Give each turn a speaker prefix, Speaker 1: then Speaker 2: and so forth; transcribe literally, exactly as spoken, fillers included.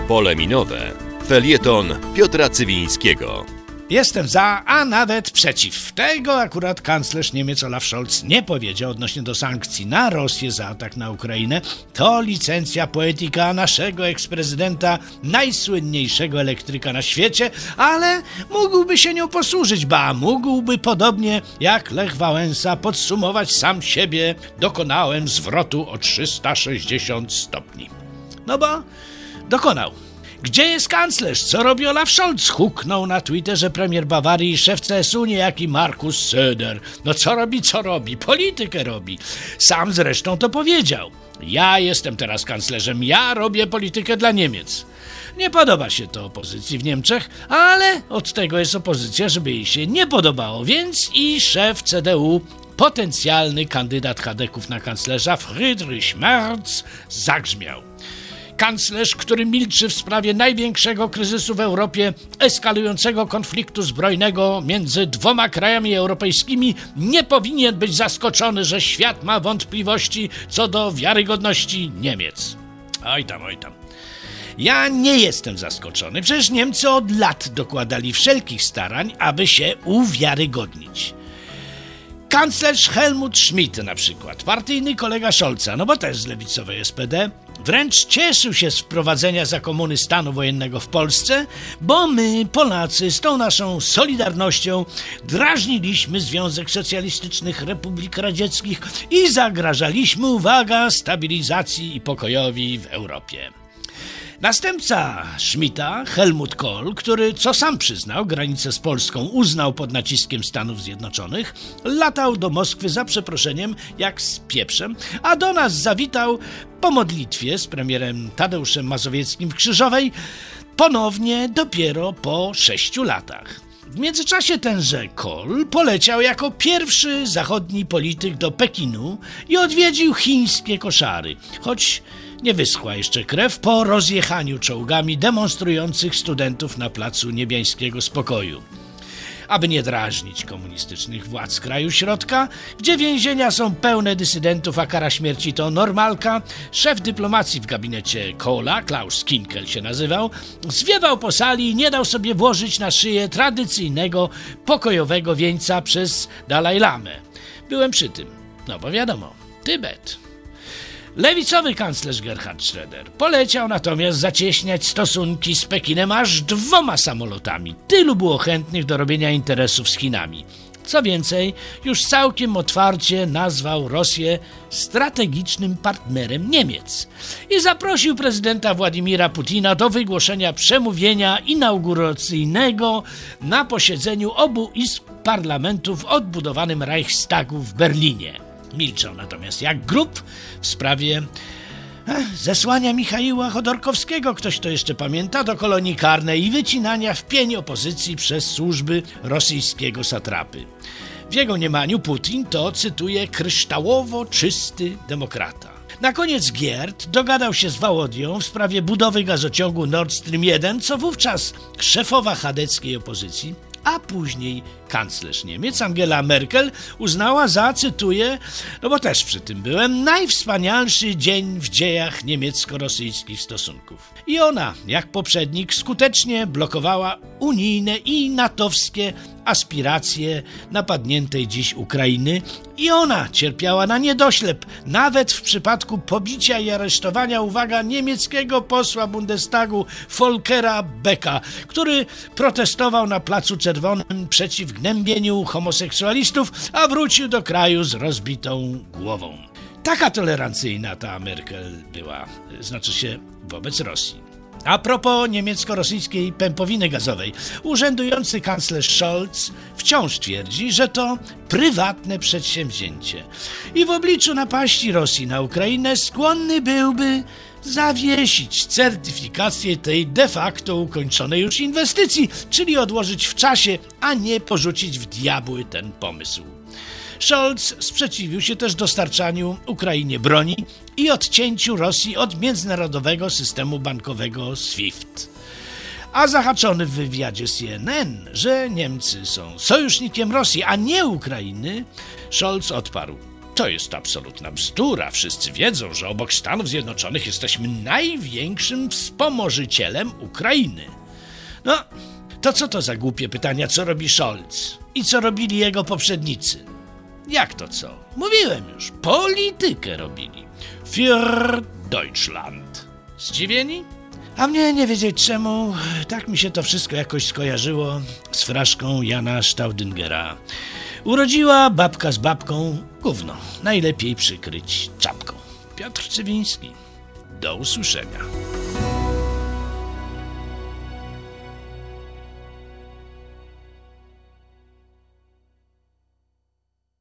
Speaker 1: Pole minowe. Felieton Piotra Cywińskiego.
Speaker 2: Jestem za, a nawet przeciw. Tego akurat kanclerz Niemiec Olaf Scholz nie powiedział odnośnie do sankcji na Rosję za atak na Ukrainę. To licencja poetyka naszego eksprezydenta, najsłynniejszego elektryka na świecie, ale mógłby się nią posłużyć, ba, mógłby podobnie jak Lech Wałęsa podsumować sam siebie: dokonałem zwrotu o trzysta sześćdziesiąt stopni. No bo dokonał. Gdzie jest kanclerz? Co robi Olaf Scholz? Huknął na Twitterze premier Bawarii i szef C S U, niejaki Markus Söder. No co robi, co robi? Politykę robi. Sam zresztą to powiedział. Ja jestem teraz kanclerzem, ja robię politykę dla Niemiec. Nie podoba się to opozycji w Niemczech, ale od tego jest opozycja, żeby jej się nie podobało, więc i szef C D U, potencjalny kandydat chadeków na kanclerza Friedrich Merz, zagrzmiał. Kanclerz, który milczy w sprawie największego kryzysu w Europie, eskalującego konfliktu zbrojnego między dwoma krajami europejskimi, nie powinien być zaskoczony, że świat ma wątpliwości co do wiarygodności Niemiec. Oj tam, oj tam. Ja nie jestem zaskoczony. Przecież Niemcy od lat dokładali wszelkich starań, aby się uwiarygodnić. Kanclerz Helmut Schmidt na przykład, partyjny kolega Scholza, no bo też z lewicowej S P D, wręcz cieszył się z wprowadzenia za komuny stanu wojennego w Polsce, bo my, Polacy, z tą naszą solidarnością drażniliśmy Związek Socjalistycznych Republik Radzieckich i zagrażaliśmy, uwaga, stabilizacji i pokojowi w Europie. Następca Schmidta, Helmut Kohl, który, co sam przyznał, granicę z Polską uznał pod naciskiem Stanów Zjednoczonych, latał do Moskwy za przeproszeniem jak z pieprzem, a do nas zawitał po modlitwie z premierem Tadeuszem Mazowieckim w Krzyżowej ponownie dopiero po sześciu latach. W międzyczasie tenże Kohl poleciał jako pierwszy zachodni polityk do Pekinu i odwiedził chińskie koszary, choć nie wyschła jeszcze krew po rozjechaniu czołgami demonstrujących studentów na placu Niebiańskiego Spokoju. Aby nie drażnić komunistycznych władz kraju środka, gdzie więzienia są pełne dysydentów, a kara śmierci to normalka, szef dyplomacji w gabinecie Kohla, Klaus Kinkel się nazywał, zwiewał po sali i nie dał sobie włożyć na szyję tradycyjnego pokojowego wieńca przez Dalaj Lamę. Byłem przy tym, no bo wiadomo, Tybet. Lewicowy kanclerz Gerhard Schröder poleciał natomiast zacieśniać stosunki z Pekinem aż dwoma samolotami. Tylu było chętnych do robienia interesów z Chinami. Co więcej, już całkiem otwarcie nazwał Rosję strategicznym partnerem Niemiec i zaprosił prezydenta Władimira Putina do wygłoszenia przemówienia inauguracyjnego na posiedzeniu obu izb parlamentu w odbudowanym Reichstagu w Berlinie. Milczał natomiast jak grób w sprawie eh, zesłania Michaiła Chodorkowskiego, ktoś to jeszcze pamięta, do kolonii karnej i wycinania w pień opozycji przez służby rosyjskiego satrapy. W jego mniemaniu Putin to, cytuję, kryształowo czysty demokrata. Na koniec Giert dogadał się z Wołodią w sprawie budowy gazociągu Nord Stream jeden, co wówczas szefowa chadeckiej opozycji, a później kanclerz Niemiec Angela Merkel uznała za, cytuję, no bo też przy tym byłem, najwspanialszy dzień w dziejach niemiecko-rosyjskich stosunków. I ona, jak poprzednik, skutecznie blokowała unijne i natowskie aspiracje napadniętej dziś Ukrainy i ona cierpiała na niedoślep, nawet w przypadku pobicia i aresztowania, uwaga, niemieckiego posła Bundestagu Volkera Becka, który protestował na Placu Czerwonym przeciw gnębieniu homoseksualistów, a wrócił do kraju z rozbitą głową. Taka tolerancyjna ta Merkel była, znaczy się wobec Rosji. A propos niemiecko-rosyjskiej pępowiny gazowej, urzędujący kanclerz Scholz wciąż twierdzi, że to prywatne przedsięwzięcie i w obliczu napaści Rosji na Ukrainę skłonny byłby zawiesić certyfikację tej de facto ukończonej już inwestycji, czyli odłożyć w czasie, a nie porzucić w diabły ten pomysł. Scholz sprzeciwił się też dostarczaniu Ukrainie broni i odcięciu Rosji od międzynarodowego systemu bankowego SWIFT. A zahaczony w wywiadzie C N N, że Niemcy są sojusznikiem Rosji, a nie Ukrainy, Scholz odparł: To jest absolutna bzdura. Wszyscy wiedzą, że obok Stanów Zjednoczonych jesteśmy największym wspomożycielem Ukrainy. No, to co to za głupie pytania, co robi Scholz? I co robili jego poprzednicy? Jak to co? Mówiłem już, politykę robili. Für Deutschland. Zdziwieni? A mnie nie wiedzieć czemu, tak mi się to wszystko jakoś skojarzyło z fraszką Jana Staudingera. Urodziła babka z babką gówno. Najlepiej przykryć czapką. Piotr Cywiński. Do usłyszenia.